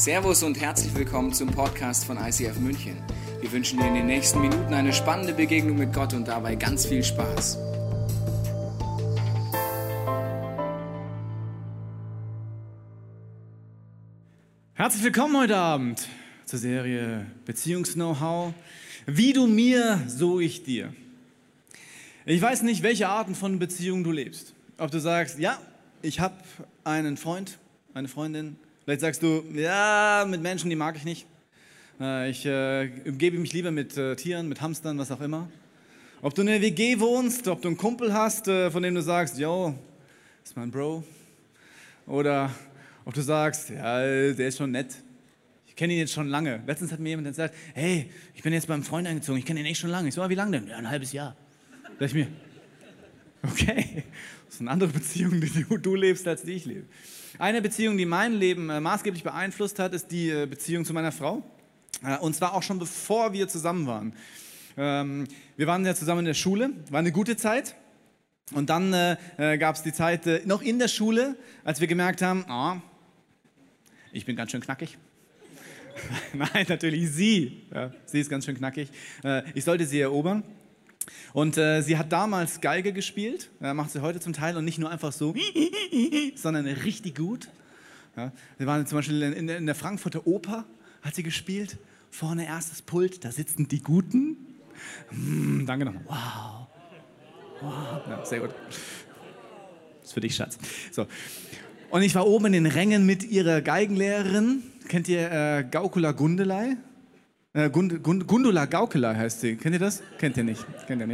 Servus und herzlich willkommen zum Podcast von ICF München. Wir wünschen dir in den nächsten Minuten eine spannende Begegnung mit Gott und dabei ganz viel Spaß. Herzlich willkommen heute Abend zur Serie Beziehungs-Know-how. Wie du mir, so ich dir. Ich weiß nicht, welche Arten von Beziehungen du lebst. Ob du sagst, ja, ich habe einen Freund, eine Freundin. Vielleicht sagst du, ja, mit Menschen, die mag ich nicht. Ich umgebe mich lieber mit Tieren, mit Hamstern, was auch immer. Ob du in einer WG wohnst, ob du einen Kumpel hast, von dem du sagst, yo, ist mein Bro. Oder ob du sagst, ja, der ist schon nett. Ich kenne ihn jetzt schon lange. Letztens hat mir jemand gesagt, hey, ich bin jetzt beim Freund eingezogen, ich kenne ihn echt schon lange. Ich so, wie lange denn? Ja, ein halbes Jahr. Da dachte ich mir, okay, das ist eine andere Beziehung, die du lebst, als die ich lebe. Eine Beziehung, die mein Leben maßgeblich beeinflusst hat, ist die Beziehung zu meiner Frau. Und zwar auch schon bevor wir zusammen waren. Wir waren ja zusammen in der Schule, war eine gute Zeit. Und dann gab es die Zeit noch in der Schule, als wir gemerkt haben, ich bin ganz schön knackig. Nein, natürlich sie. Ja, sie ist ganz schön knackig. Ich sollte sie erobern. Und sie hat damals Geige gespielt, macht sie heute zum Teil und nicht nur einfach so, sondern richtig gut. Ja, wir waren zum Beispiel in der Frankfurter Oper, hat sie gespielt, vorne erstes Pult, da sitzen die Guten. Danke nochmal. Wow. Ja, sehr gut. Das ist für dich, Schatz. So. Und ich war oben in den Rängen mit ihrer Geigenlehrerin. Kennt ihr Gaukula Gundelei? Gundula Gaukelei heißt sie. Kennt ihr das? Kennt ihr nicht.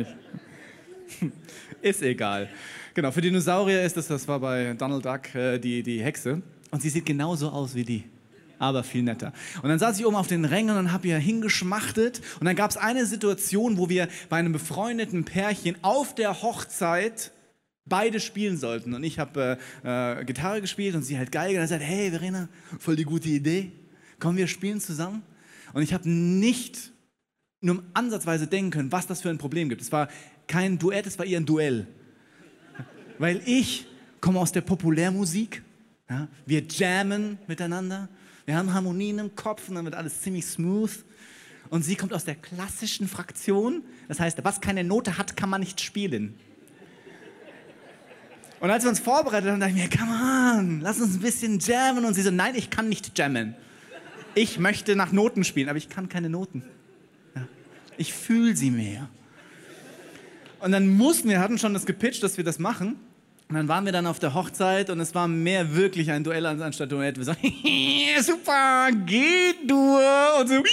Ist egal. Genau, für Dinosaurier ist das war bei Donald Duck die Hexe. Und sie sieht genauso aus wie die, aber viel netter. Und dann saß ich oben auf den Rängen und habe ihr hingeschmachtet. Und dann gab es eine Situation, wo wir bei einem befreundeten Pärchen auf der Hochzeit beide spielen sollten. Und ich habe Gitarre gespielt und sie halt Geige. Und dann sagt, hey Verena, voll die gute Idee. Komm, wir spielen zusammen. Und ich habe nicht nur ansatzweise denken können, was das für ein Problem gibt. Es war kein Duett, es war eher ein Duell. Weil ich komme aus der Populärmusik, ja, wir jammen miteinander, wir haben Harmonien im Kopf und dann wird alles ziemlich smooth. Und sie kommt aus der klassischen Fraktion, das heißt, was keine Note hat, kann man nicht spielen. Und als wir uns vorbereitet haben, dachte ich mir, come on, lass uns ein bisschen jammen. Und sie so, nein, ich kann nicht jammen. Ich möchte nach Noten spielen, aber ich kann keine Noten. Ja. Ich fühle sie mehr. Und dann wir hatten schon das gepitcht, dass wir das machen. Und dann waren wir dann auf der Hochzeit und es war mehr wirklich ein Duell anstatt Duett. Wir sagen, super, G-Dur und so.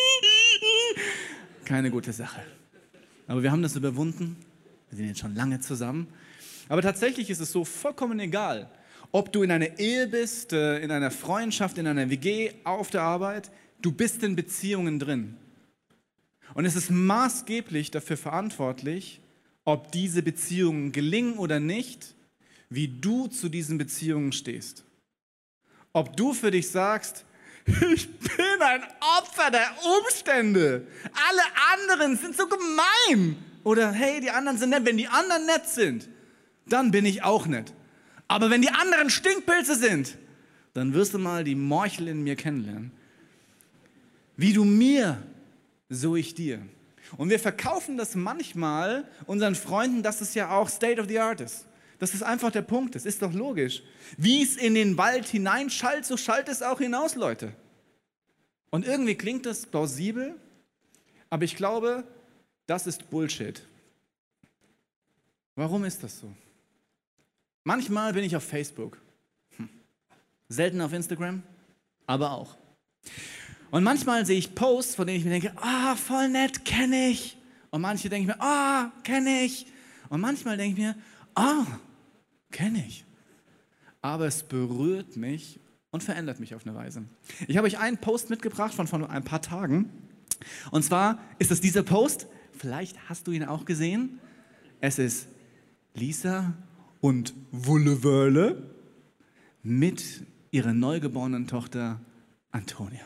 Keine gute Sache. Aber wir haben das überwunden. Wir sind jetzt schon lange zusammen. Aber tatsächlich ist es so vollkommen egal, ob du in einer Ehe bist, in einer Freundschaft, in einer WG, auf der Arbeit, du bist in Beziehungen drin. Und es ist maßgeblich dafür verantwortlich, ob diese Beziehungen gelingen oder nicht, wie du zu diesen Beziehungen stehst. Ob du für dich sagst, ich bin ein Opfer der Umstände, alle anderen sind so gemein. Oder hey, die anderen sind nett, wenn die anderen nett sind, dann bin ich auch nett. Aber wenn die anderen Stinkpilze sind, dann wirst du mal die Morchel in mir kennenlernen. Wie du mir, so ich dir. Und wir verkaufen das manchmal unseren Freunden, dass es ja auch State of the Art ist. Dass es einfach der Punkt ist. Ist doch logisch. Wie es in den Wald hineinschallt, so schallt es auch hinaus, Leute. Und irgendwie klingt das plausibel, aber ich glaube, das ist Bullshit. Warum ist das so? Manchmal bin ich auf Facebook, selten auf Instagram, aber auch. Und manchmal sehe ich Posts, von denen ich mir denke, voll nett, kenne ich. Und manche denke ich mir, kenne ich. Und manchmal denke ich mir, kenne ich. Aber es berührt mich und verändert mich auf eine Weise. Ich habe euch einen Post mitgebracht von ein paar Tagen. Und zwar ist es dieser Post, vielleicht hast du ihn auch gesehen. Es ist Lisa und Wullewörle mit ihrer neugeborenen Tochter Antonia.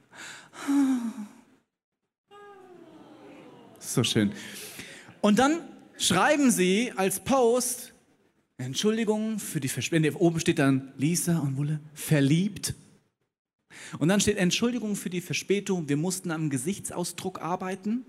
So schön. Und dann schreiben sie als Post, Entschuldigung für die Verschwendung. Oben steht dann Lisa und Wulle, verliebt. Und dann steht Entschuldigung für die Verspätung, wir mussten am Gesichtsausdruck arbeiten.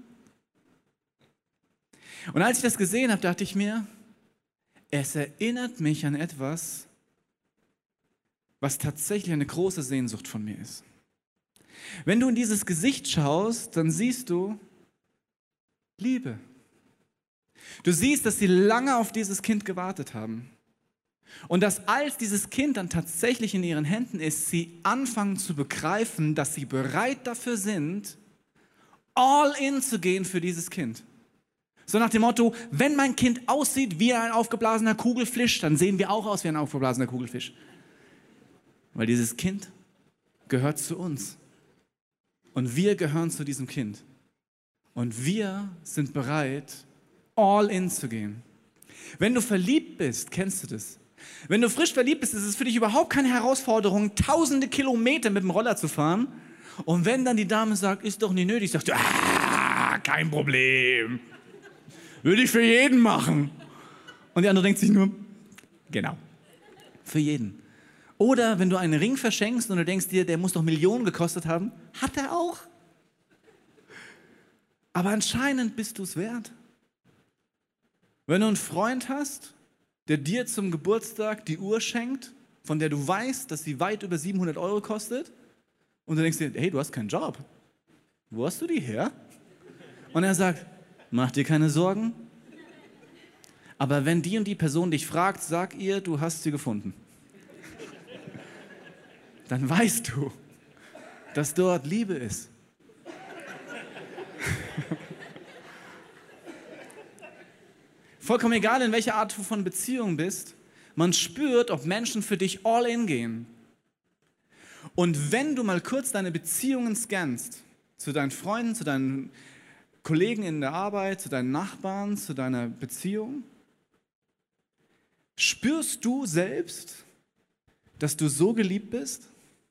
Und als ich das gesehen habe, dachte ich mir, es erinnert mich an etwas, was tatsächlich eine große Sehnsucht von mir ist. Wenn du in dieses Gesicht schaust, dann siehst du Liebe. Du siehst, dass sie lange auf dieses Kind gewartet haben. Und dass als dieses Kind dann tatsächlich in ihren Händen ist, sie anfangen zu begreifen, dass sie bereit dafür sind, all in zu gehen für dieses Kind. So nach dem Motto, wenn mein Kind aussieht wie ein aufgeblasener Kugelfisch, dann sehen wir auch aus wie ein aufgeblasener Kugelfisch. Weil dieses Kind gehört zu uns. Und wir gehören zu diesem Kind. Und wir sind bereit, all in zu gehen. Wenn du verliebt bist, kennst du das? Wenn du frisch verliebt bist, ist es für dich überhaupt keine Herausforderung, tausende Kilometer mit dem Roller zu fahren. Und wenn dann die Dame sagt, ist doch nicht nötig, sagst du, kein Problem. Würde ich für jeden machen. Und die andere denkt sich nur, genau, für jeden. Oder wenn du einen Ring verschenkst und du denkst dir, der muss doch Millionen gekostet haben, hat er auch. Aber anscheinend bist du es wert. Wenn du einen Freund hast, der dir zum Geburtstag die Uhr schenkt, von der du weißt, dass sie weit über 700 € kostet, und du denkst dir, hey, du hast keinen Job. Wo hast du die her? Und er sagt, mach dir keine Sorgen. Aber wenn die und die Person dich fragt, sag ihr, du hast sie gefunden. Dann weißt du, dass dort Liebe ist. Vollkommen egal, in welcher Art von Beziehung bist, man spürt, ob Menschen für dich all in gehen. Und wenn du mal kurz deine Beziehungen scannst, zu deinen Freunden, zu deinen Kollegen in der Arbeit, zu deinen Nachbarn, zu deiner Beziehung, spürst du selbst, dass du so geliebt bist,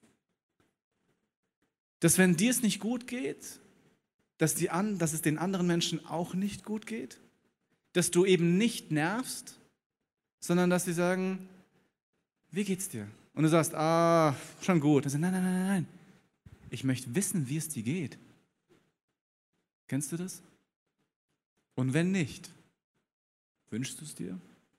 dass wenn dir es nicht gut geht, dass es den anderen Menschen auch nicht gut geht? Dass du eben nicht nervst, sondern dass sie sagen, wie geht's dir? Und du sagst, schon gut. Und sie sagen, nein. Ich möchte wissen, wie es dir geht. Kennst du das? Und wenn nicht, wünschst du es dir?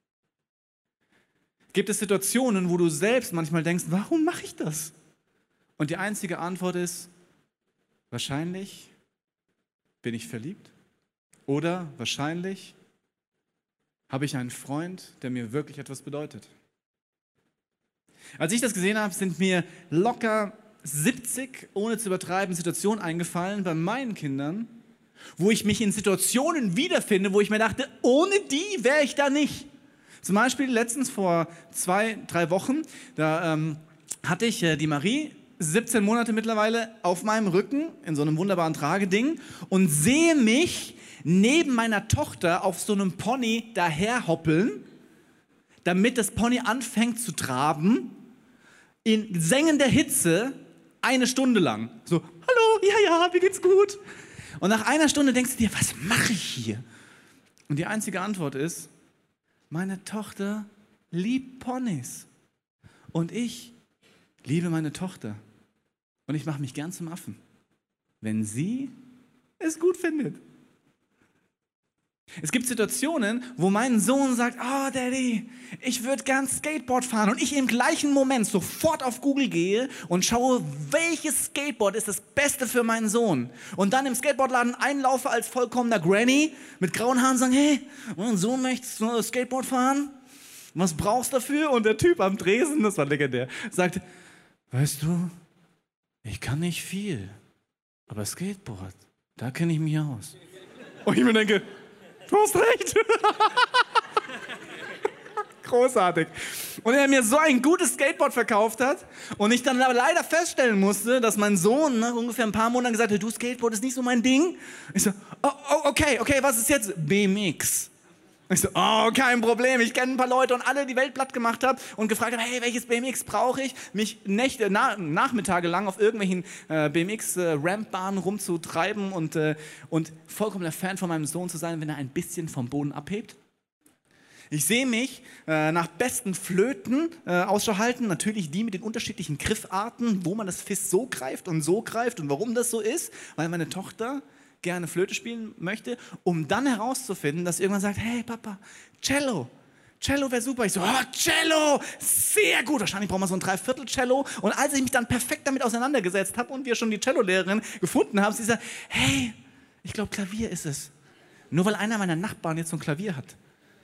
Gibt es Situationen, wo du selbst manchmal denkst, warum mache ich das? Und die einzige Antwort ist, wahrscheinlich bin ich verliebt. Oder wahrscheinlich habe ich einen Freund, der mir wirklich etwas bedeutet. Als ich das gesehen habe, sind mir locker 70, ohne zu übertreiben, Situationen eingefallen bei meinen Kindern, wo ich mich in Situationen wiederfinde, wo ich mir dachte, ohne die wäre ich da nicht. Zum Beispiel letztens vor 2-3 Wochen, da hatte ich die Marie, 17 Monate mittlerweile, auf meinem Rücken in so einem wunderbaren Trageding und sehe mich neben meiner Tochter auf so einem Pony daherhoppeln, damit das Pony anfängt zu traben, in sengender Hitze 1 Stunde lang. So, hallo, ja, mir geht's gut. Und nach 1 Stunde denkst du dir, was mache ich hier? Und die einzige Antwort ist, meine Tochter liebt Ponys. Und ich liebe meine Tochter. Und ich mache mich gern zum Affen, wenn sie es gut findet. Es gibt Situationen, wo mein Sohn sagt, Daddy, ich würde gern Skateboard fahren. Und ich im gleichen Moment sofort auf Google gehe und schaue, welches Skateboard ist das Beste für meinen Sohn. Und dann im Skateboardladen einlaufe als vollkommener Granny mit grauen Haaren und sagen, hey, mein Sohn möchte Skateboard fahren. Was brauchst du dafür? Und der Typ am Tresen, das war legendär, sagt, weißt du, ich kann nicht viel, aber Skateboard, da kenne ich mich aus. Und ich mir denke, du hast recht. Großartig. Und er mir so ein gutes Skateboard verkauft hat und ich dann aber leider feststellen musste, dass mein Sohn nach ungefähr ein paar Monaten gesagt hat, du, Skateboard ist nicht so mein Ding. Ich so, okay, was ist jetzt? BMX. Ich so, kein Problem. Ich kenne ein paar Leute und alle die Welt platt gemacht habe und gefragt habe, hey, welches BMX brauche ich? Mich Nachmittage lang auf irgendwelchen BMX-Rampbahnen rumzutreiben und vollkommener Fan von meinem Sohn zu sein, wenn er ein bisschen vom Boden abhebt. Ich sehe mich nach besten Flöten Ausschau halten, natürlich die mit den unterschiedlichen Griffarten, wo man das Fist so greift und warum das so ist, weil meine Tochter gerne Flöte spielen möchte, um dann herauszufinden, dass sie irgendwann sagt, hey Papa, Cello wäre super. Ich so, Cello, sehr gut. Wahrscheinlich brauchen wir so ein Dreiviertel-Cello. Und als ich mich dann perfekt damit auseinandergesetzt habe und wir schon die Cello-Lehrerin gefunden haben, sie sagt, hey, ich glaube Klavier ist es. Nur weil einer meiner Nachbarn jetzt so ein Klavier hat.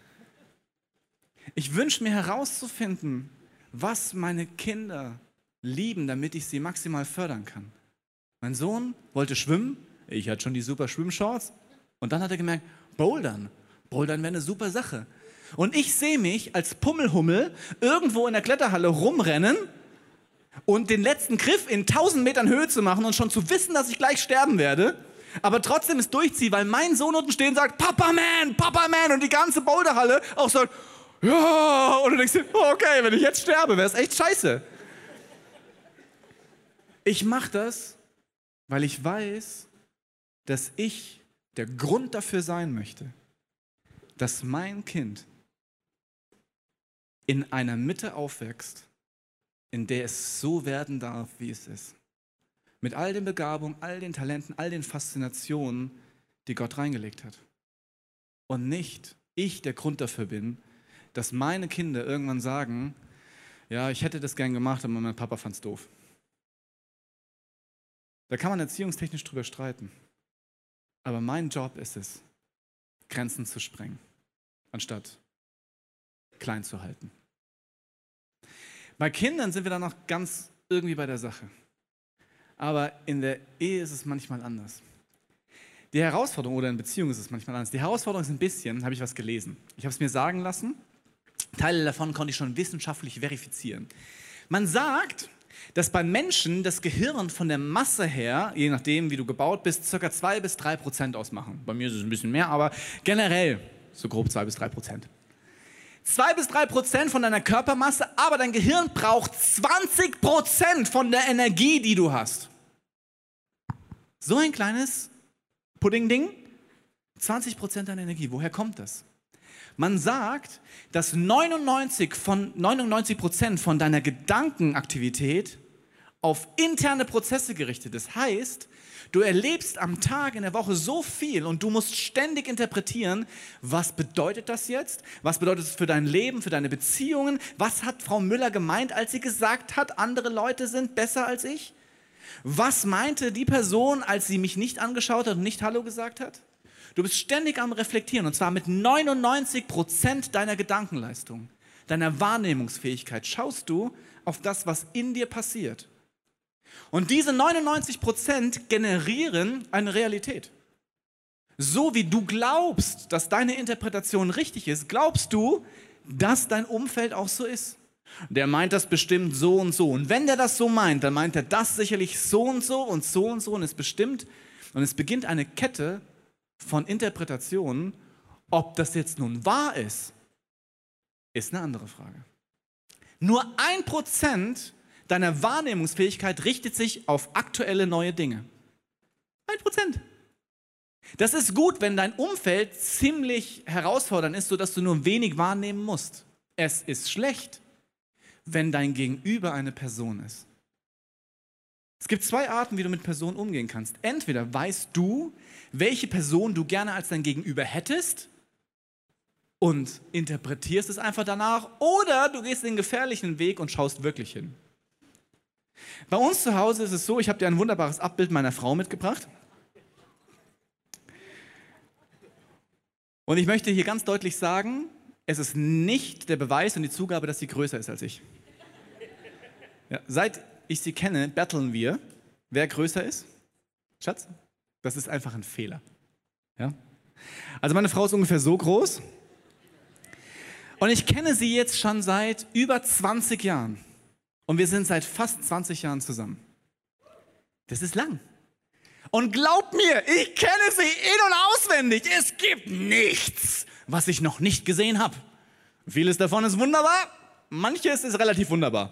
Ich wünsche mir herauszufinden, was meine Kinder lieben, damit ich sie maximal fördern kann. Mein Sohn wollte schwimmen, ich hatte schon die super Schwimmshorts und dann hat er gemerkt, Bouldern wäre eine super Sache. Und ich sehe mich als Pummelhummel irgendwo in der Kletterhalle rumrennen und den letzten Griff in 1000 Metern Höhe zu machen und schon zu wissen, dass ich gleich sterben werde, aber trotzdem es durchziehe, weil mein Sohn unten stehen sagt, Papa Man und die ganze Boulderhalle auch sagt, ja, und du denkst dir, okay, wenn ich jetzt sterbe, wäre es echt scheiße. Ich mache das, weil ich weiß, dass ich der Grund dafür sein möchte, dass mein Kind in einer Mitte aufwächst, in der es so werden darf, wie es ist. Mit all den Begabungen, all den Talenten, all den Faszinationen, die Gott reingelegt hat. Und nicht ich der Grund dafür bin, dass meine Kinder irgendwann sagen, ja, ich hätte das gern gemacht, aber mein Papa fand's doof. Da kann man erziehungstechnisch drüber streiten. Aber mein Job ist es, Grenzen zu sprengen, anstatt klein zu halten. Bei Kindern sind wir dann noch ganz irgendwie bei der Sache. Aber in der Ehe ist es manchmal anders. Die Herausforderung, oder in Beziehungen ist es manchmal anders. Die Herausforderung ist ein bisschen, habe ich was gelesen. Ich habe es mir sagen lassen. Teile davon konnte ich schon wissenschaftlich verifizieren. Man sagt, dass bei Menschen das Gehirn von der Masse her, je nachdem wie du gebaut bist, ca. 2-3% ausmachen. Bei mir ist es ein bisschen mehr, aber generell so grob 2-3%. 2-3% von deiner Körpermasse, aber dein Gehirn braucht 20% von der Energie, die du hast. So ein kleines Pudding-Ding, 20% deiner Energie. Woher kommt das? Man sagt, dass 99% von deiner Gedankenaktivität auf interne Prozesse gerichtet ist. Das heißt, du erlebst am Tag, in der Woche so viel und du musst ständig interpretieren, was bedeutet das jetzt? Was bedeutet es für dein Leben, für deine Beziehungen? Was hat Frau Müller gemeint, als sie gesagt hat, andere Leute sind besser als ich? Was meinte die Person, als sie mich nicht angeschaut hat und nicht Hallo gesagt hat? Du bist ständig am Reflektieren und zwar mit 99% deiner Gedankenleistung, deiner Wahrnehmungsfähigkeit schaust du auf das, was in dir passiert. Und diese 99% generieren eine Realität. So wie du glaubst, dass deine Interpretation richtig ist, glaubst du, dass dein Umfeld auch so ist. Der meint das bestimmt so und so. Und wenn der das so meint, dann meint er das sicherlich so und so und so und so und es bestimmt. Und es beginnt eine Kette von Interpretationen. Ob das jetzt nun wahr ist eine andere Frage. Nur 1% deiner Wahrnehmungsfähigkeit richtet sich auf aktuelle neue Dinge. 1%. Das ist gut, wenn dein Umfeld ziemlich herausfordernd ist, sodass du nur wenig wahrnehmen musst. Es ist schlecht, wenn dein Gegenüber eine Person ist. Es gibt 2 Arten, wie du mit Personen umgehen kannst. Entweder weißt du, welche Person du gerne als dein Gegenüber hättest und interpretierst es einfach danach, oder du gehst den gefährlichen Weg und schaust wirklich hin. Bei uns zu Hause ist es so, ich habe dir ein wunderbares Abbild meiner Frau mitgebracht. Und ich möchte hier ganz deutlich sagen, es ist nicht der Beweis und die Zugabe, dass sie größer ist als ich. Ja, seit ich sie kenne, battlen wir, wer größer ist. Schatz, das ist einfach ein Fehler. Ja? Also meine Frau ist ungefähr so groß. Und ich kenne sie jetzt schon seit über 20 Jahren. Und wir sind seit fast 20 Jahren zusammen. Das ist lang. Und glaubt mir, ich kenne sie in- und auswendig. Es gibt nichts, was ich noch nicht gesehen habe. Vieles davon ist wunderbar, manches ist relativ wunderbar.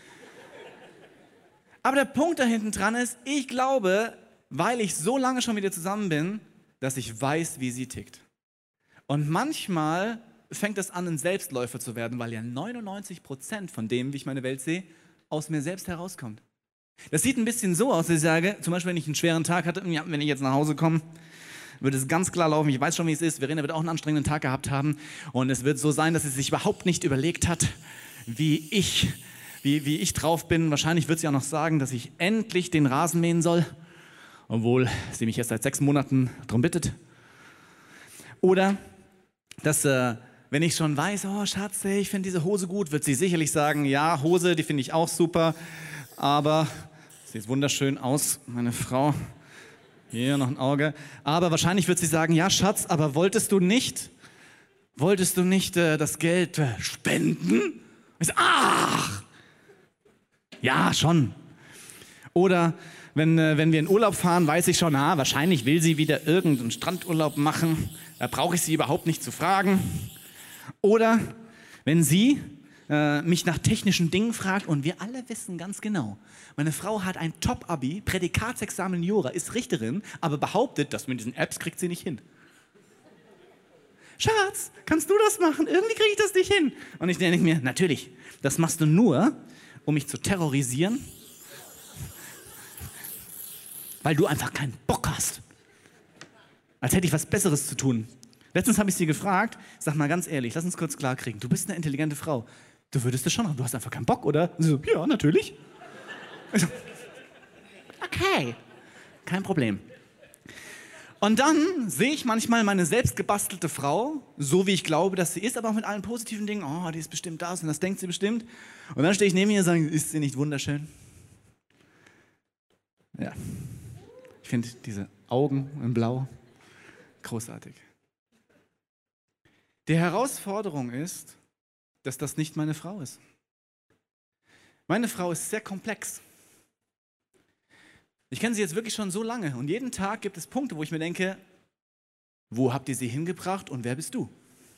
Aber der Punkt da hinten dran ist, ich glaube, weil ich so lange schon mit ihr zusammen bin, dass ich weiß, wie sie tickt. Und manchmal fängt es an, ein Selbstläufer zu werden, weil ja 99% von dem, wie ich meine Welt sehe, aus mir selbst herauskommt. Das sieht ein bisschen so aus, dass ich sage, zum Beispiel, wenn ich einen schweren Tag hatte, ja, wenn ich jetzt nach Hause komme, wird es ganz klar laufen, ich weiß schon, wie es ist, Verena wird auch einen anstrengenden Tag gehabt haben und es wird so sein, dass sie sich überhaupt nicht überlegt hat, wie ich drauf bin. Wahrscheinlich wird sie auch noch sagen, dass ich endlich den Rasen mähen soll, obwohl sie mich erst seit 6 Monaten darum bittet. Oder, dass, wenn ich schon weiß, oh Schatz, ich finde diese Hose gut, wird sie sicherlich sagen, ja, Hose, die finde ich auch super, aber, sieht wunderschön aus, meine Frau, hier noch ein Auge, aber wahrscheinlich wird sie sagen, ja Schatz, aber wolltest du nicht das Geld spenden? Ich sage, ach, ja, schon. Oder wenn wir in Urlaub fahren, weiß ich schon, wahrscheinlich will sie wieder irgendeinen Strandurlaub machen. Da brauche ich sie überhaupt nicht zu fragen. Oder wenn sie mich nach technischen Dingen fragt und wir alle wissen ganz genau, meine Frau hat ein Top-Abi, Prädikatsexamen Jura, ist Richterin, aber behauptet, dass mit diesen Apps kriegt sie nicht hin. Schatz, kannst du das machen? Irgendwie kriege ich das nicht hin. Und ich denke mir, natürlich, das machst du nur, um mich zu terrorisieren, weil du einfach keinen Bock hast. Als hätte ich was Besseres zu tun. Letztens habe ich sie gefragt, sag mal ganz ehrlich, lass uns kurz klarkriegen, du bist eine intelligente Frau. Du würdest das schon machen, du hast einfach keinen Bock, oder? Und sie so, ja, natürlich. Ich so, okay, kein Problem. Und dann sehe ich manchmal meine selbstgebastelte Frau, so wie ich glaube, dass sie ist, aber auch mit allen positiven Dingen. Oh, die ist bestimmt das und das denkt sie bestimmt. Und dann stehe ich neben ihr und sage, ist sie nicht wunderschön? Ja. Ich finde diese Augen in Blau großartig. Die Herausforderung ist, dass das nicht meine Frau ist. Meine Frau ist sehr komplex. Ich kenne sie jetzt wirklich schon so lange und jeden Tag gibt es Punkte, wo ich mir denke, wo habt ihr sie hingebracht und wer bist du?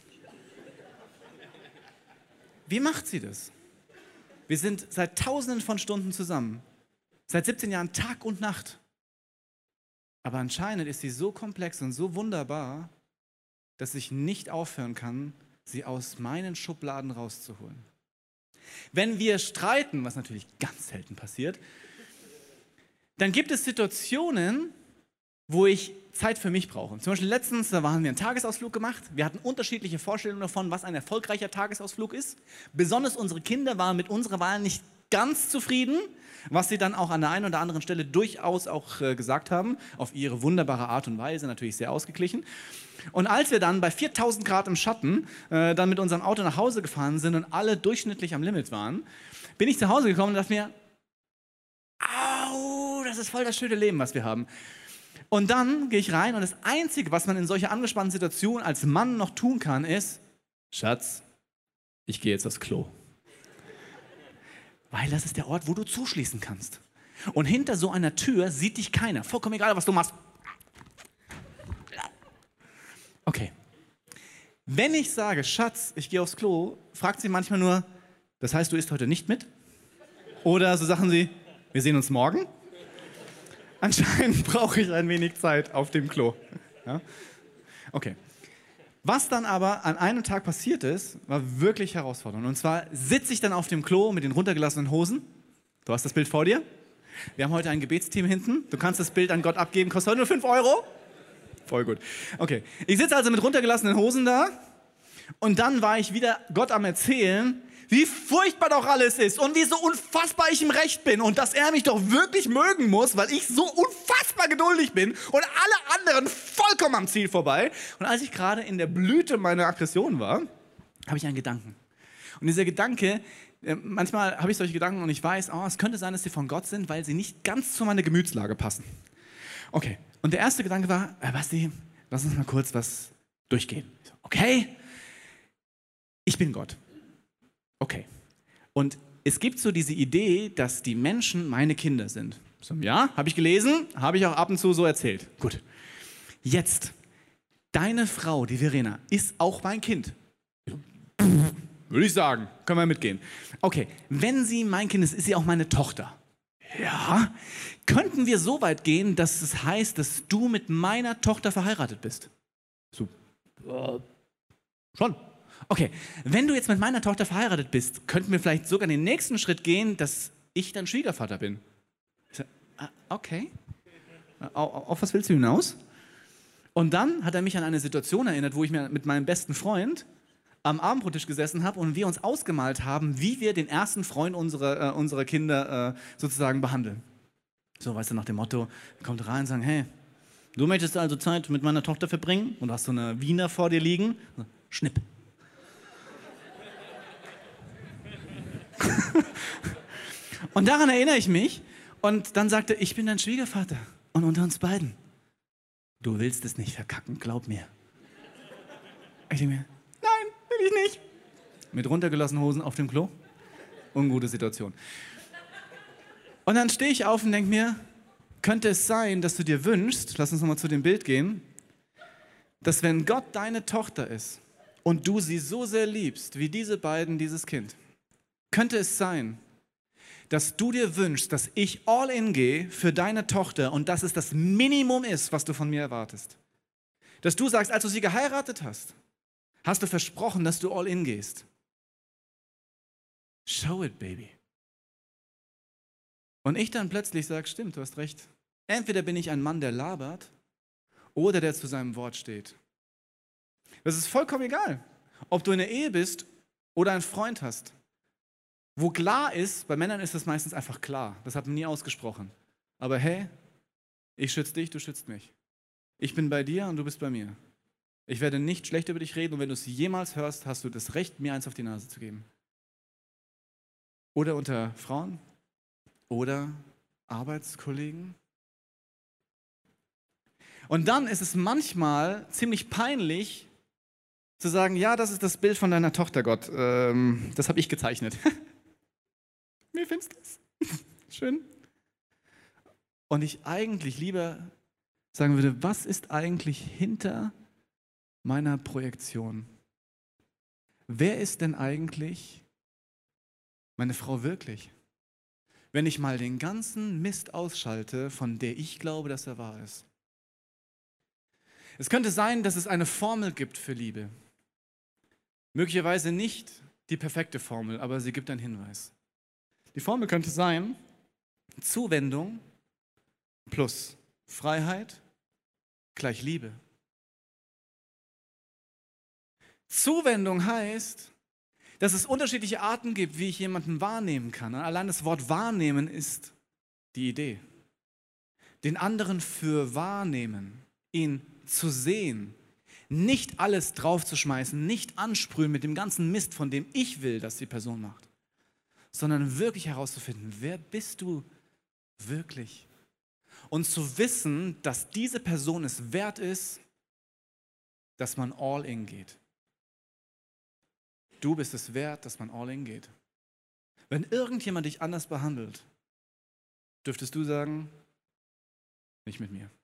Wie macht sie das? Wir sind seit Tausenden von Stunden zusammen, seit 17 Jahren Tag und Nacht. Aber anscheinend ist sie so komplex und so wunderbar, dass ich nicht aufhören kann, sie aus meinen Schubladen rauszuholen. Wenn wir streiten, was natürlich ganz selten passiert, dann gibt es Situationen, wo ich Zeit für mich brauche. Zum Beispiel letztens, da haben wir einen Tagesausflug gemacht. Wir hatten unterschiedliche Vorstellungen davon, was ein erfolgreicher Tagesausflug ist. Besonders unsere Kinder waren mit unserer Wahl nicht ganz zufrieden, was sie dann auch an der einen oder anderen Stelle durchaus auch gesagt haben, auf ihre wunderbare Art und Weise, natürlich sehr ausgeglichen. Und als wir dann bei 4000 Grad im Schatten dann mit unserem Auto nach Hause gefahren sind und alle durchschnittlich am Limit waren, bin ich zu Hause gekommen und dachte mir, au, das ist voll das schöne Leben, was wir haben. Und dann gehe ich rein und das Einzige, was man in solcher angespannten Situation als Mann noch tun kann, ist, Schatz, ich gehe jetzt aufs Klo. Weil das ist der Ort, wo du zuschließen kannst. Und hinter so einer Tür sieht dich keiner. Vollkommen egal, was du machst. Okay. Wenn ich sage, Schatz, ich gehe aufs Klo, fragt sie manchmal nur, das heißt, du isst heute nicht mit? Oder so sagen sie, wir sehen uns morgen? Anscheinend brauche ich ein wenig Zeit auf dem Klo. Ja? Okay. Was dann aber an einem Tag passiert ist, war wirklich herausfordernd. Und zwar sitze ich dann auf dem Klo mit den runtergelassenen Hosen. Du hast das Bild vor dir. Wir haben heute ein Gebetsteam hinten. Du kannst das Bild an Gott abgeben, kostet heute nur 5 Euro. Voll gut. Okay. Ich sitze also mit runtergelassenen Hosen da. Und dann war ich wieder Gott am Erzählen, wie furchtbar doch alles ist und wie so unfassbar ich im Recht bin und dass er mich doch wirklich mögen muss, weil ich so unfassbar geduldig bin und alle anderen vollkommen am Ziel vorbei. Und als ich gerade in der Blüte meiner Aggression war, habe ich einen Gedanken. Und dieser Gedanke, manchmal habe ich solche Gedanken und ich weiß, es könnte sein, dass sie von Gott sind, weil sie nicht ganz zu meiner Gemütslage passen. Okay, und der erste Gedanke war, Basti, lass uns mal kurz was durchgehen. Ich so, okay, ich bin Gott. Okay. Und es gibt so diese Idee, dass die Menschen meine Kinder sind. So, ja, habe ich gelesen, habe ich auch ab und zu so erzählt. Gut. Jetzt, deine Frau, die Verena, ist auch mein Kind. Würde ich sagen, können wir mitgehen. Okay, wenn sie mein Kind ist, ist sie auch meine Tochter. Ja. Könnten wir so weit gehen, dass es heißt, dass du mit meiner Tochter verheiratet bist? So, schon. Okay, wenn du jetzt mit meiner Tochter verheiratet bist, könnten wir vielleicht sogar den nächsten Schritt gehen, dass ich dein Schwiegervater bin. Ich so, okay. Auf was willst du hinaus? Und dann hat er mich an eine Situation erinnert, wo ich mir mit meinem besten Freund am Abendbrottisch gesessen habe und wir uns ausgemalt haben, wie wir den ersten Freund unserer Kinder sozusagen behandeln. So, weißt du, nach dem Motto, er kommt rein und sagt, hey, du möchtest also Zeit mit meiner Tochter verbringen und hast so eine Wiener vor dir liegen? Schnipp. Und daran erinnere ich mich. Und dann sagte er, ich bin dein Schwiegervater. Und unter uns beiden. Du willst es nicht verkacken, glaub mir. Ich denke mir, nein, will ich nicht. Mit runtergelassenen Hosen auf dem Klo. Ungute Situation. Und dann stehe ich auf und denke mir, könnte es sein, dass du dir wünschst, lass uns nochmal zu dem Bild gehen, dass wenn Gott deine Tochter ist und du sie so sehr liebst, wie diese beiden dieses Kind, könnte es sein, dass du dir wünschst, dass ich all in gehe für deine Tochter und dass es das Minimum ist, was du von mir erwartest. Dass du sagst, als du sie geheiratet hast, hast du versprochen, dass du all in gehst. Show it, baby. Und ich dann plötzlich sage, stimmt, du hast recht. Entweder bin ich ein Mann, der labert, oder der zu seinem Wort steht. Das ist vollkommen egal, ob du in der Ehe bist oder einen Freund hast. Wo klar ist, bei Männern ist das meistens einfach klar. Das hat man nie ausgesprochen. Aber hey, ich schütze dich, du schützt mich. Ich bin bei dir und du bist bei mir. Ich werde nicht schlecht über dich reden und wenn du es jemals hörst, hast du das Recht, mir eins auf die Nase zu geben. Oder unter Frauen oder Arbeitskollegen. Und dann ist es manchmal ziemlich peinlich zu sagen, ja, das ist das Bild von deiner Tochter, Gott. Das habe ich gezeichnet. Wie findest du das? Schön. Und ich eigentlich lieber sagen würde, was ist eigentlich hinter meiner Projektion? Wer ist denn eigentlich meine Frau wirklich? Wenn ich mal den ganzen Mist ausschalte, von der ich glaube, dass er wahr ist. Es könnte sein, dass es eine Formel gibt für Liebe. Möglicherweise nicht die perfekte Formel, aber sie gibt einen Hinweis. Die Formel könnte sein, Zuwendung plus Freiheit gleich Liebe. Zuwendung heißt, dass es unterschiedliche Arten gibt, wie ich jemanden wahrnehmen kann. Allein das Wort wahrnehmen ist die Idee. Den anderen für wahrnehmen, ihn zu sehen, nicht alles draufzuschmeißen, nicht ansprühen mit dem ganzen Mist, von dem ich will, dass die Person macht, sondern wirklich herauszufinden, wer bist du wirklich? Und zu wissen, dass diese Person es wert ist, dass man all in geht. Du bist es wert, dass man all in geht. Wenn irgendjemand dich anders behandelt, dürftest du sagen, nicht mit mir.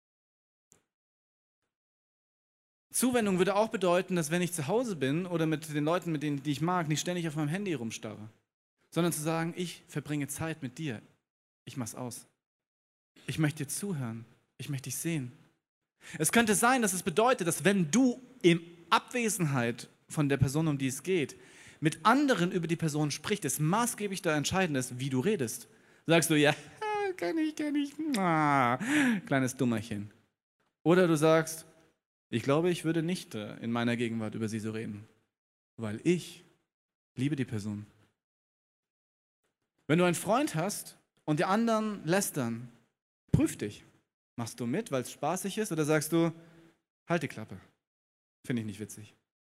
Zuwendung würde auch bedeuten, dass wenn ich zu Hause bin oder mit den Leuten, mit denen, die ich mag, nicht ständig auf meinem Handy rumstarre, sondern zu sagen, ich verbringe Zeit mit dir. Ich mach's aus. Ich möchte dir zuhören. Ich möchte dich sehen. Es könnte sein, dass es bedeutet, dass wenn du in Abwesenheit von der Person, um die es geht, mit anderen über die Person sprichst, es maßgeblich da entscheidend ist, wie du redest. Sagst du, ja, kenn ich, kleines Dummerchen. Oder du sagst, ich glaube, ich würde nicht in meiner Gegenwart über sie so reden, weil ich liebe die Person. Wenn du einen Freund hast und die anderen lästern, prüf dich. Machst du mit, weil es spaßig ist, oder sagst du, halt die Klappe, finde ich nicht witzig.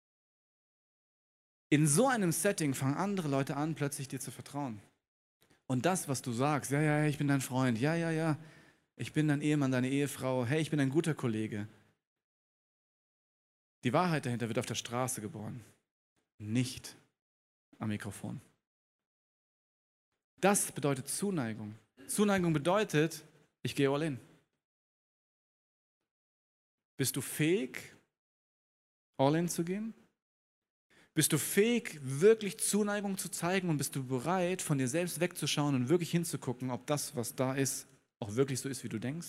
In so einem Setting fangen andere Leute an, plötzlich dir zu vertrauen. Und das, was du sagst, ja, ich bin dein Freund, ja, ich bin dein Ehemann, deine Ehefrau, hey, ich bin ein guter Kollege. Die Wahrheit dahinter wird auf der Straße geboren, nicht am Mikrofon. Das bedeutet Zuneigung. Zuneigung bedeutet, ich gehe all in. Bist du fähig, all in zu gehen? Bist du fähig, wirklich Zuneigung zu zeigen und bist du bereit, von dir selbst wegzuschauen und wirklich hinzugucken, ob das, was da ist, auch wirklich so ist, wie du denkst?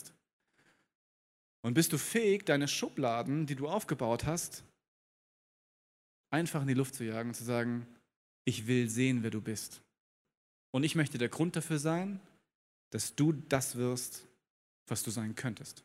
Und bist du fähig, deine Schubladen, die du aufgebaut hast, einfach in die Luft zu jagen und zu sagen, ich will sehen, wer du bist. Und ich möchte der Grund dafür sein, dass du das wirst, was du sein könntest.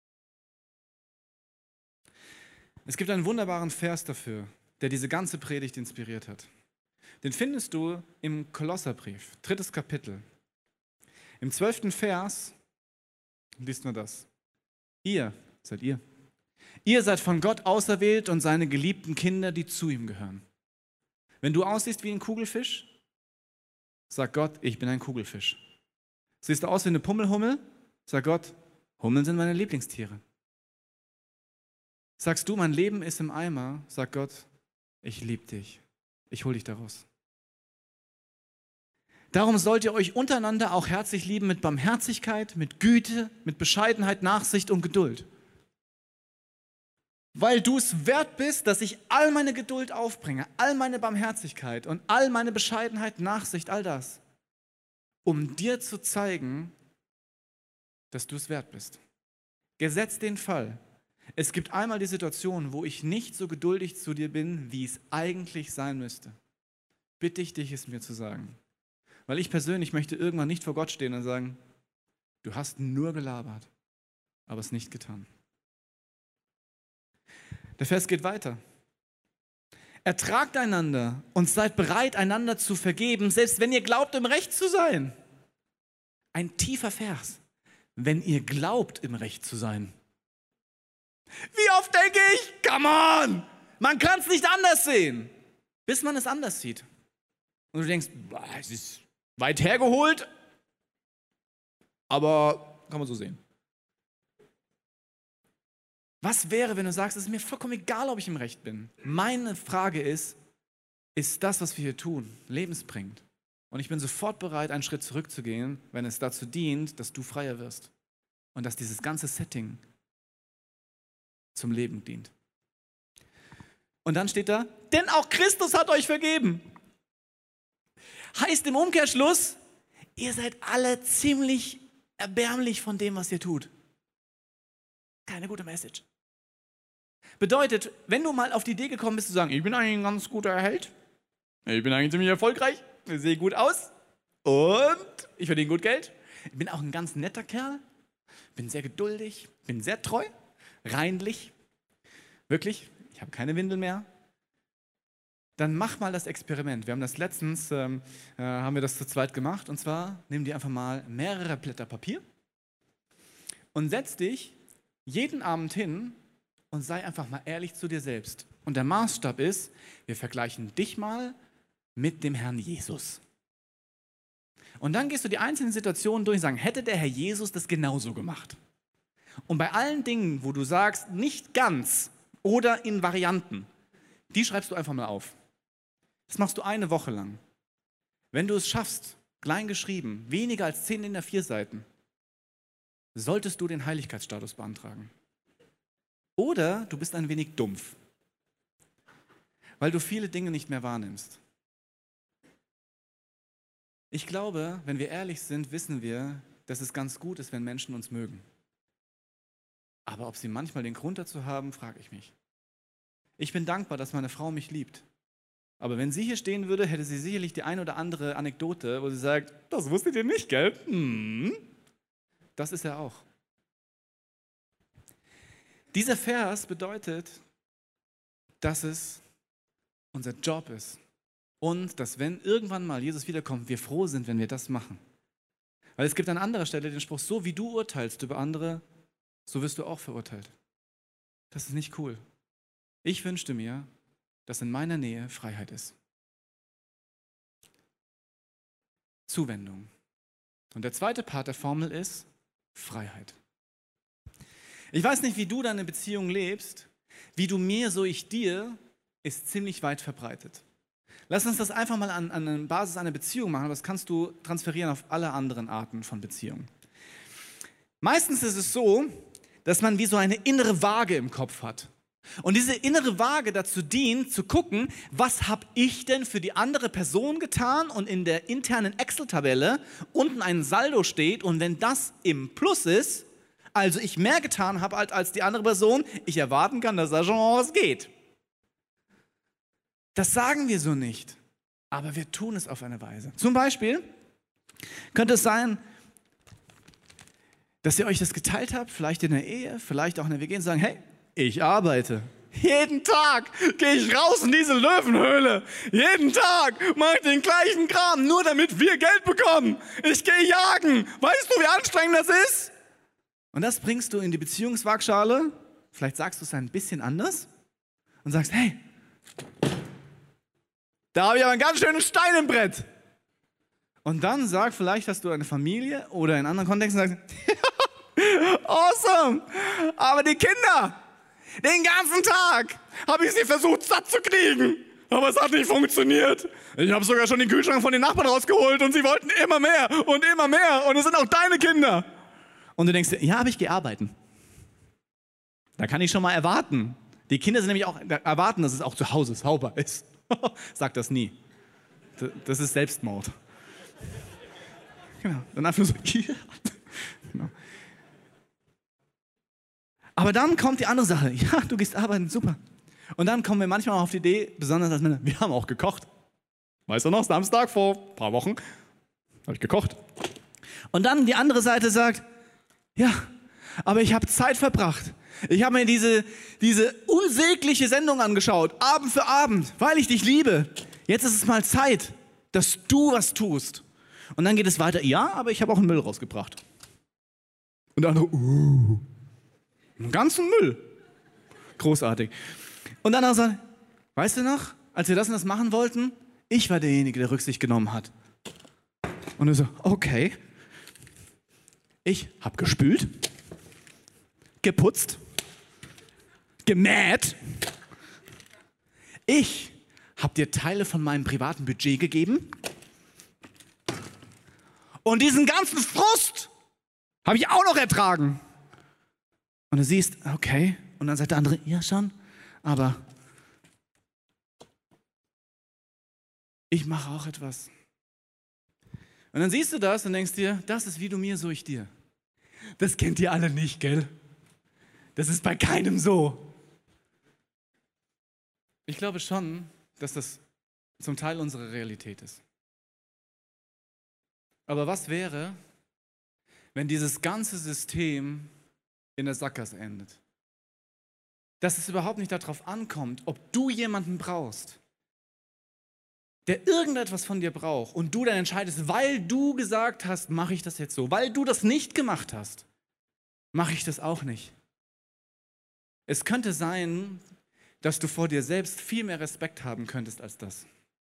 Es gibt einen wunderbaren Vers dafür, der diese ganze Predigt inspiriert hat. Den findest du im Kolosserbrief, 3. Kapitel. Im 12. Vers liest man das. Ihr seid von Gott auserwählt und seine geliebten Kinder, die zu ihm gehören. Wenn du aussiehst wie ein Kugelfisch, sagt Gott, ich bin ein Kugelfisch. Siehst du aus wie eine Pummelhummel, sagt Gott, Hummeln sind meine Lieblingstiere. Sagst du, mein Leben ist im Eimer, sagt Gott, ich liebe dich, ich hole dich daraus. Darum sollt ihr euch untereinander auch herzlich lieben mit Barmherzigkeit, mit Güte, mit Bescheidenheit, Nachsicht und Geduld. Weil du es wert bist, dass ich all meine Geduld aufbringe, all meine Barmherzigkeit und all meine Bescheidenheit, Nachsicht, all das, um dir zu zeigen, dass du es wert bist. Gesetzt den Fall, es gibt einmal die Situation, wo ich nicht so geduldig zu dir bin, wie es eigentlich sein müsste. Bitte ich dich, es mir zu sagen. Weil ich persönlich möchte irgendwann nicht vor Gott stehen und sagen, du hast nur gelabert, aber es nicht getan. Der Vers geht weiter. Ertragt einander und seid bereit, einander zu vergeben, selbst wenn ihr glaubt, im Recht zu sein. Ein tiefer Vers. Wenn ihr glaubt, im Recht zu sein. Wie oft denke ich, come on, man kann es nicht anders sehen, bis man es anders sieht. Und du denkst, es ist weit hergeholt, aber kann man so sehen. Was wäre, wenn du sagst, es ist mir vollkommen egal, ob ich im Recht bin? Meine Frage ist das, was wir hier tun, lebensbringend? Und ich bin sofort bereit, einen Schritt zurückzugehen, wenn es dazu dient, dass du freier wirst. Und dass dieses ganze Setting zum Leben dient. Und dann steht da, denn auch Christus hat euch vergeben. Heißt im Umkehrschluss, ihr seid alle ziemlich erbärmlich von dem, was ihr tut. Keine gute Message. Bedeutet, wenn du mal auf die Idee gekommen bist zu sagen, ich bin eigentlich ein ganz guter Held, ich bin eigentlich ziemlich erfolgreich, ich sehe gut aus und ich verdiene gut Geld, ich bin auch ein ganz netter Kerl, bin sehr geduldig, bin sehr treu, reinlich, wirklich, ich habe keine Windel mehr, dann mach mal das Experiment. Wir haben das letztens, haben wir das zu zweit gemacht, und zwar nimm dir einfach mal mehrere Blätter Papier und setz dich jeden Abend hin und sei einfach mal ehrlich zu dir selbst. Und der Maßstab ist, wir vergleichen dich mal mit dem Herrn Jesus. Und dann gehst du die einzelnen Situationen durch und sagst, hätte der Herr Jesus das genauso gemacht? Und bei allen Dingen, wo du sagst, nicht ganz oder in Varianten, die schreibst du einfach mal auf. Das machst du eine Woche lang. Wenn du es schaffst, klein geschrieben, weniger als 10 DIN A4 Seiten, solltest du den Heiligkeitsstatus beantragen. Oder du bist ein wenig dumpf, weil du viele Dinge nicht mehr wahrnimmst. Ich glaube, wenn wir ehrlich sind, wissen wir, dass es ganz gut ist, wenn Menschen uns mögen. Aber ob sie manchmal den Grund dazu haben, frage ich mich. Ich bin dankbar, dass meine Frau mich liebt. Aber wenn sie hier stehen würde, hätte sie sicherlich die eine oder andere Anekdote, wo sie sagt, das wusstet ihr nicht, gell? Das ist er auch. Dieser Vers bedeutet, dass es unser Job ist und dass, wenn irgendwann mal Jesus wiederkommt, wir froh sind, wenn wir das machen. Weil es gibt an anderer Stelle den Spruch, so wie du urteilst über andere, so wirst du auch verurteilt. Das ist nicht cool. Ich wünschte mir, dass in meiner Nähe Freiheit ist. Zuwendung. Und der zweite Part der Formel ist Freiheit. Ich weiß nicht, wie du deine Beziehung lebst, wie du mir, so ich dir, ist ziemlich weit verbreitet. Lass uns das einfach mal an der Basis einer Beziehung machen, das kannst du transferieren auf alle anderen Arten von Beziehungen. Meistens ist es so, dass man wie so eine innere Waage im Kopf hat. Und diese innere Waage dazu dient, zu gucken, was habe ich denn für die andere Person getan, und in der internen Excel-Tabelle unten ein Saldo steht, und wenn das im Plus ist, also ich mehr getan habe als die andere Person, ich erwarten kann, dass da schon mal was geht. Das sagen wir so nicht, aber wir tun es auf eine Weise. Zum Beispiel könnte es sein, dass ihr euch das geteilt habt, vielleicht in der Ehe, vielleicht auch in der WG und sagen, hey, ich arbeite. Jeden Tag gehe ich raus in diese Löwenhöhle. Jeden Tag mache ich den gleichen Kram, nur damit wir Geld bekommen. Ich gehe jagen. Weißt du, wie anstrengend das ist? Und das bringst du in die Beziehungswaagschale. Vielleicht sagst du es ein bisschen anders und sagst, hey, da habe ich aber einen ganz schönen Stein im Brett. Und dann sag vielleicht, hast du eine Familie oder in anderen Kontexten sagst, awesome, aber die Kinder, den ganzen Tag habe ich sie versucht satt zu kriegen, aber es hat nicht funktioniert. Ich habe sogar schon den Kühlschrank von den Nachbarn rausgeholt und sie wollten immer mehr und es sind auch deine Kinder. Und du denkst dir, ja, aber ich gehe arbeiten. Da kann ich schon mal erwarten. Die Kinder sind nämlich auch erwarten, dass es auch zu Hause sauber ist. Sag das nie. Das ist Selbstmord. Genau. Dann einfach so, yeah. Genau. Aber dann kommt die andere Sache. Ja, du gehst arbeiten, super. Und dann kommen wir manchmal auf die Idee, besonders als Männer, wir haben auch gekocht. Weißt du noch, Samstag vor ein paar Wochen habe ich gekocht. Und dann die andere Seite sagt, ja, aber ich habe Zeit verbracht. Ich habe mir diese unsägliche Sendung angeschaut, Abend für Abend, weil ich dich liebe. Jetzt ist es mal Zeit, dass du was tust. Und dann geht es weiter, ja, aber ich habe auch einen Müll rausgebracht. Und der andere, einen ganzen Müll. Großartig. Und dann sagt, weißt du noch, als wir das und das machen wollten, ich war derjenige, der Rücksicht genommen hat. Und er so, okay. Ich habe gespült, geputzt, gemäht. Ich habe dir Teile von meinem privaten Budget gegeben. Und diesen ganzen Frust habe ich auch noch ertragen. Und du siehst, okay. Und dann sagt der andere, ja schon, aber ich mache auch etwas. Und dann siehst du das und denkst dir, das ist wie du mir, so ich dir. Das kennt ihr alle nicht, gell? Das ist bei keinem so. Ich glaube schon, dass das zum Teil unsere Realität ist. Aber was wäre, wenn dieses ganze System in der Sackgasse endet? Dass es überhaupt nicht darauf ankommt, ob du jemanden brauchst, der irgendetwas von dir braucht und du dann entscheidest, weil du gesagt hast, mache ich das jetzt so. Weil du das nicht gemacht hast, mache ich das auch nicht. Es könnte sein, dass du vor dir selbst viel mehr Respekt haben könntest als das.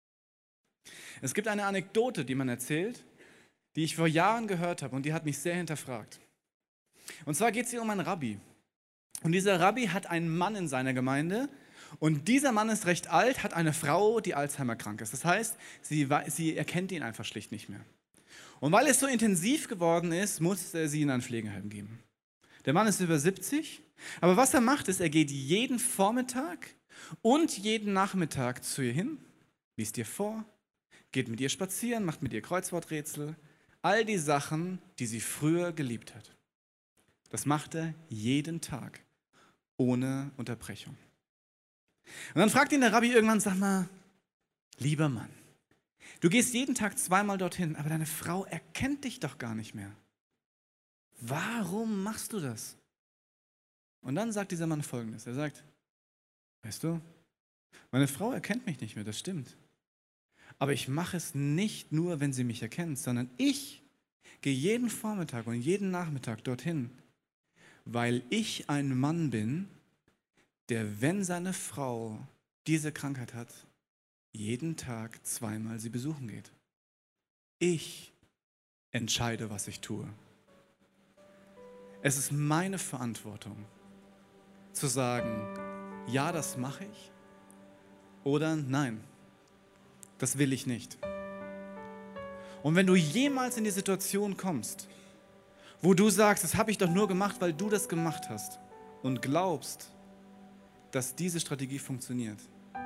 Es gibt eine Anekdote, die man erzählt, die ich vor Jahren gehört habe und die hat mich sehr hinterfragt. Und zwar geht es hier um einen Rabbi. Und dieser Rabbi hat einen Mann in seiner Gemeinde und dieser Mann ist recht alt, hat eine Frau, die Alzheimer krank ist. Das heißt, sie erkennt ihn einfach schlicht nicht mehr. Und weil es so intensiv geworden ist, musste er sie in ein Pflegeheim geben. Der Mann ist über 70, aber was er macht, ist, er geht jeden Vormittag und jeden Nachmittag zu ihr hin, liest ihr vor, geht mit ihr spazieren, macht mit ihr Kreuzworträtsel, all die Sachen, die sie früher geliebt hat. Das macht er jeden Tag, ohne Unterbrechung. Und dann fragt ihn der Rabbi irgendwann, sag mal, lieber Mann, du gehst jeden Tag 2-mal dorthin, aber deine Frau erkennt dich doch gar nicht mehr. Warum machst du das? Und dann sagt dieser Mann Folgendes. Er sagt, weißt du, meine Frau erkennt mich nicht mehr, das stimmt. Aber ich mache es nicht nur, wenn sie mich erkennt, sondern ich gehe jeden Vormittag und jeden Nachmittag dorthin, weil ich ein Mann bin, der, wenn seine Frau diese Krankheit hat, jeden Tag 2-mal sie besuchen geht. Ich entscheide, was ich tue. Es ist meine Verantwortung, zu sagen, ja, das mache ich oder nein, das will ich nicht. Und wenn du jemals in die Situation kommst, wo du sagst, das habe ich doch nur gemacht, weil du das gemacht hast und glaubst, dass diese Strategie funktioniert,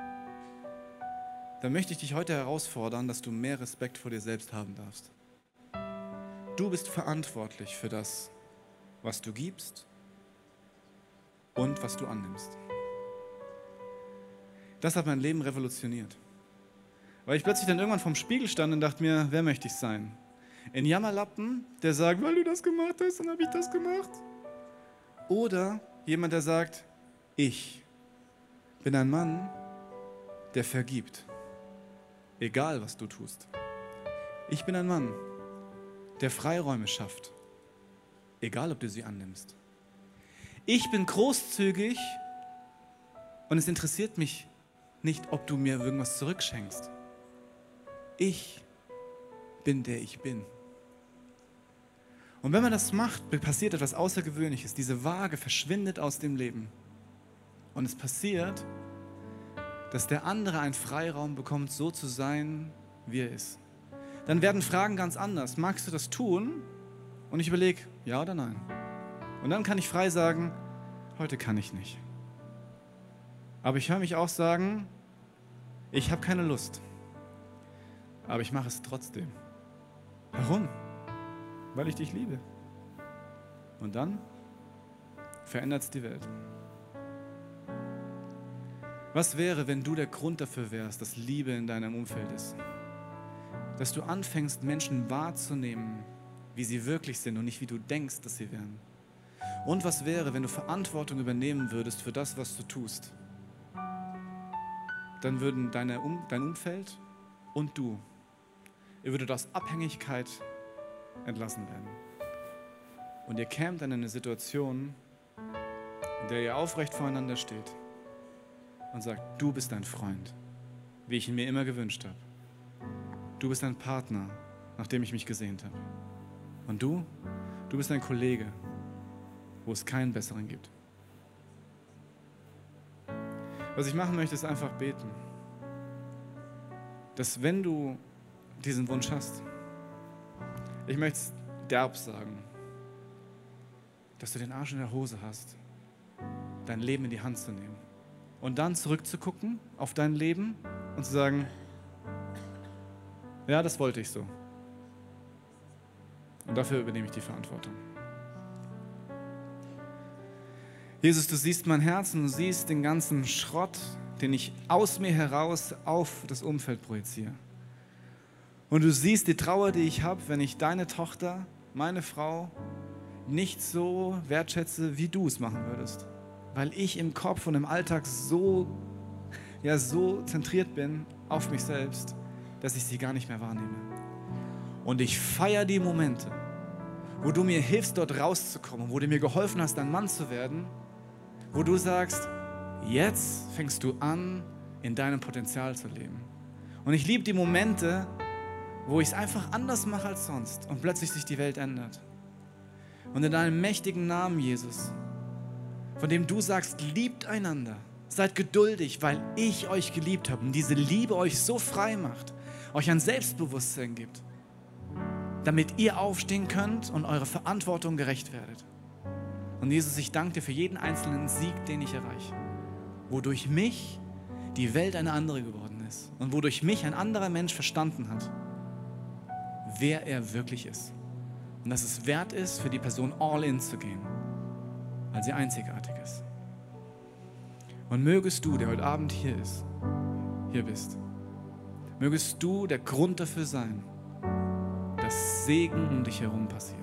dann möchte ich dich heute herausfordern, dass du mehr Respekt vor dir selbst haben darfst. Du bist verantwortlich für das, was du gibst und was du annimmst. Das hat mein Leben revolutioniert. Weil ich plötzlich dann irgendwann vorm Spiegel stand und dachte mir, wer möchte ich sein? Ein Jammerlappen, der sagt, weil du das gemacht hast, dann habe ich das gemacht. Oder jemand, der sagt, ich bin ein Mann, der vergibt. Egal, was du tust. Ich bin ein Mann, der Freiräume schafft. Egal, ob du sie annimmst. Ich bin großzügig und es interessiert mich nicht, ob du mir irgendwas zurückschenkst. Ich bin, der ich bin. Und wenn man das macht, passiert etwas Außergewöhnliches. Diese Waage verschwindet aus dem Leben. Und es passiert, dass der andere einen Freiraum bekommt, so zu sein, wie er ist. Dann werden Fragen ganz anders. Magst du das tun? Und ich überlege, ja oder nein. Und dann kann ich frei sagen, heute kann ich nicht. Aber ich höre mich auch sagen, ich habe keine Lust. Aber ich mache es trotzdem. Warum? Weil ich dich liebe. Und dann verändert es die Welt. Was wäre, wenn du der Grund dafür wärst, dass Liebe in deinem Umfeld ist? Dass du anfängst, Menschen wahrzunehmen, wie sie wirklich sind und nicht wie du denkst, dass sie wären. Und was wäre, wenn du Verantwortung übernehmen würdest für das, was du tust? Dann würden dein Umfeld und du, ihr würdet aus Abhängigkeit entlassen werden. Und ihr kämt in eine Situation, in der ihr aufrecht voreinander steht und sagt, du bist ein Freund, wie ich ihn mir immer gewünscht habe. Du bist ein Partner, nach dem ich mich gesehnt habe. Und du bist ein Kollege, wo es keinen besseren gibt. Was ich machen möchte, ist einfach beten. Dass wenn du diesen Wunsch hast, ich möchte es derb sagen, dass du den Arsch in der Hose hast, dein Leben in die Hand zu nehmen und dann zurückzugucken auf dein Leben und zu sagen, ja, das wollte ich so. Und dafür übernehme ich die Verantwortung. Jesus, du siehst mein Herz und du siehst den ganzen Schrott, den ich aus mir heraus auf das Umfeld projiziere. Und du siehst die Trauer, die ich habe, wenn ich deine Tochter, meine Frau, nicht so wertschätze, wie du es machen würdest. Weil ich im Kopf und im Alltag so zentriert bin auf mich selbst, dass ich sie gar nicht mehr wahrnehme. Und ich feiere die Momente, wo du mir hilfst, dort rauszukommen, wo du mir geholfen hast, ein Mann zu werden, wo du sagst, jetzt fängst du an, in deinem Potenzial zu leben. Und ich liebe die Momente, wo ich es einfach anders mache als sonst und plötzlich sich die Welt ändert. Und in deinem mächtigen Namen, Jesus, von dem du sagst, liebt einander, seid geduldig, weil ich euch geliebt habe und diese Liebe euch so frei macht, euch ein Selbstbewusstsein gibt, damit ihr aufstehen könnt und eure Verantwortung gerecht werdet. Und Jesus, ich danke dir für jeden einzelnen Sieg, den ich erreiche, wodurch mich die Welt eine andere geworden ist und wodurch mich ein anderer Mensch verstanden hat, wer er wirklich ist. Und dass es wert ist, für die Person all in zu gehen, weil sie einzigartig ist. Und mögest du, der heute Abend hier bist, mögest du der Grund dafür sein, dass Segen um dich herum passiert.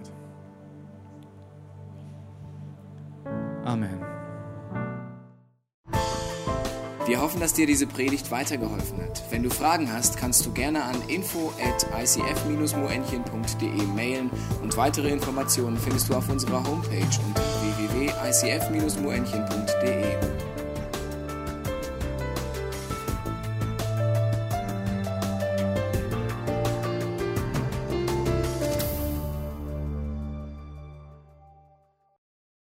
Amen. Wir hoffen, dass dir diese Predigt weitergeholfen hat. Wenn du Fragen hast, kannst du gerne an info@icf-moenchen.de mailen und weitere Informationen findest du auf unserer Homepage unter www.icf-moenchen.de.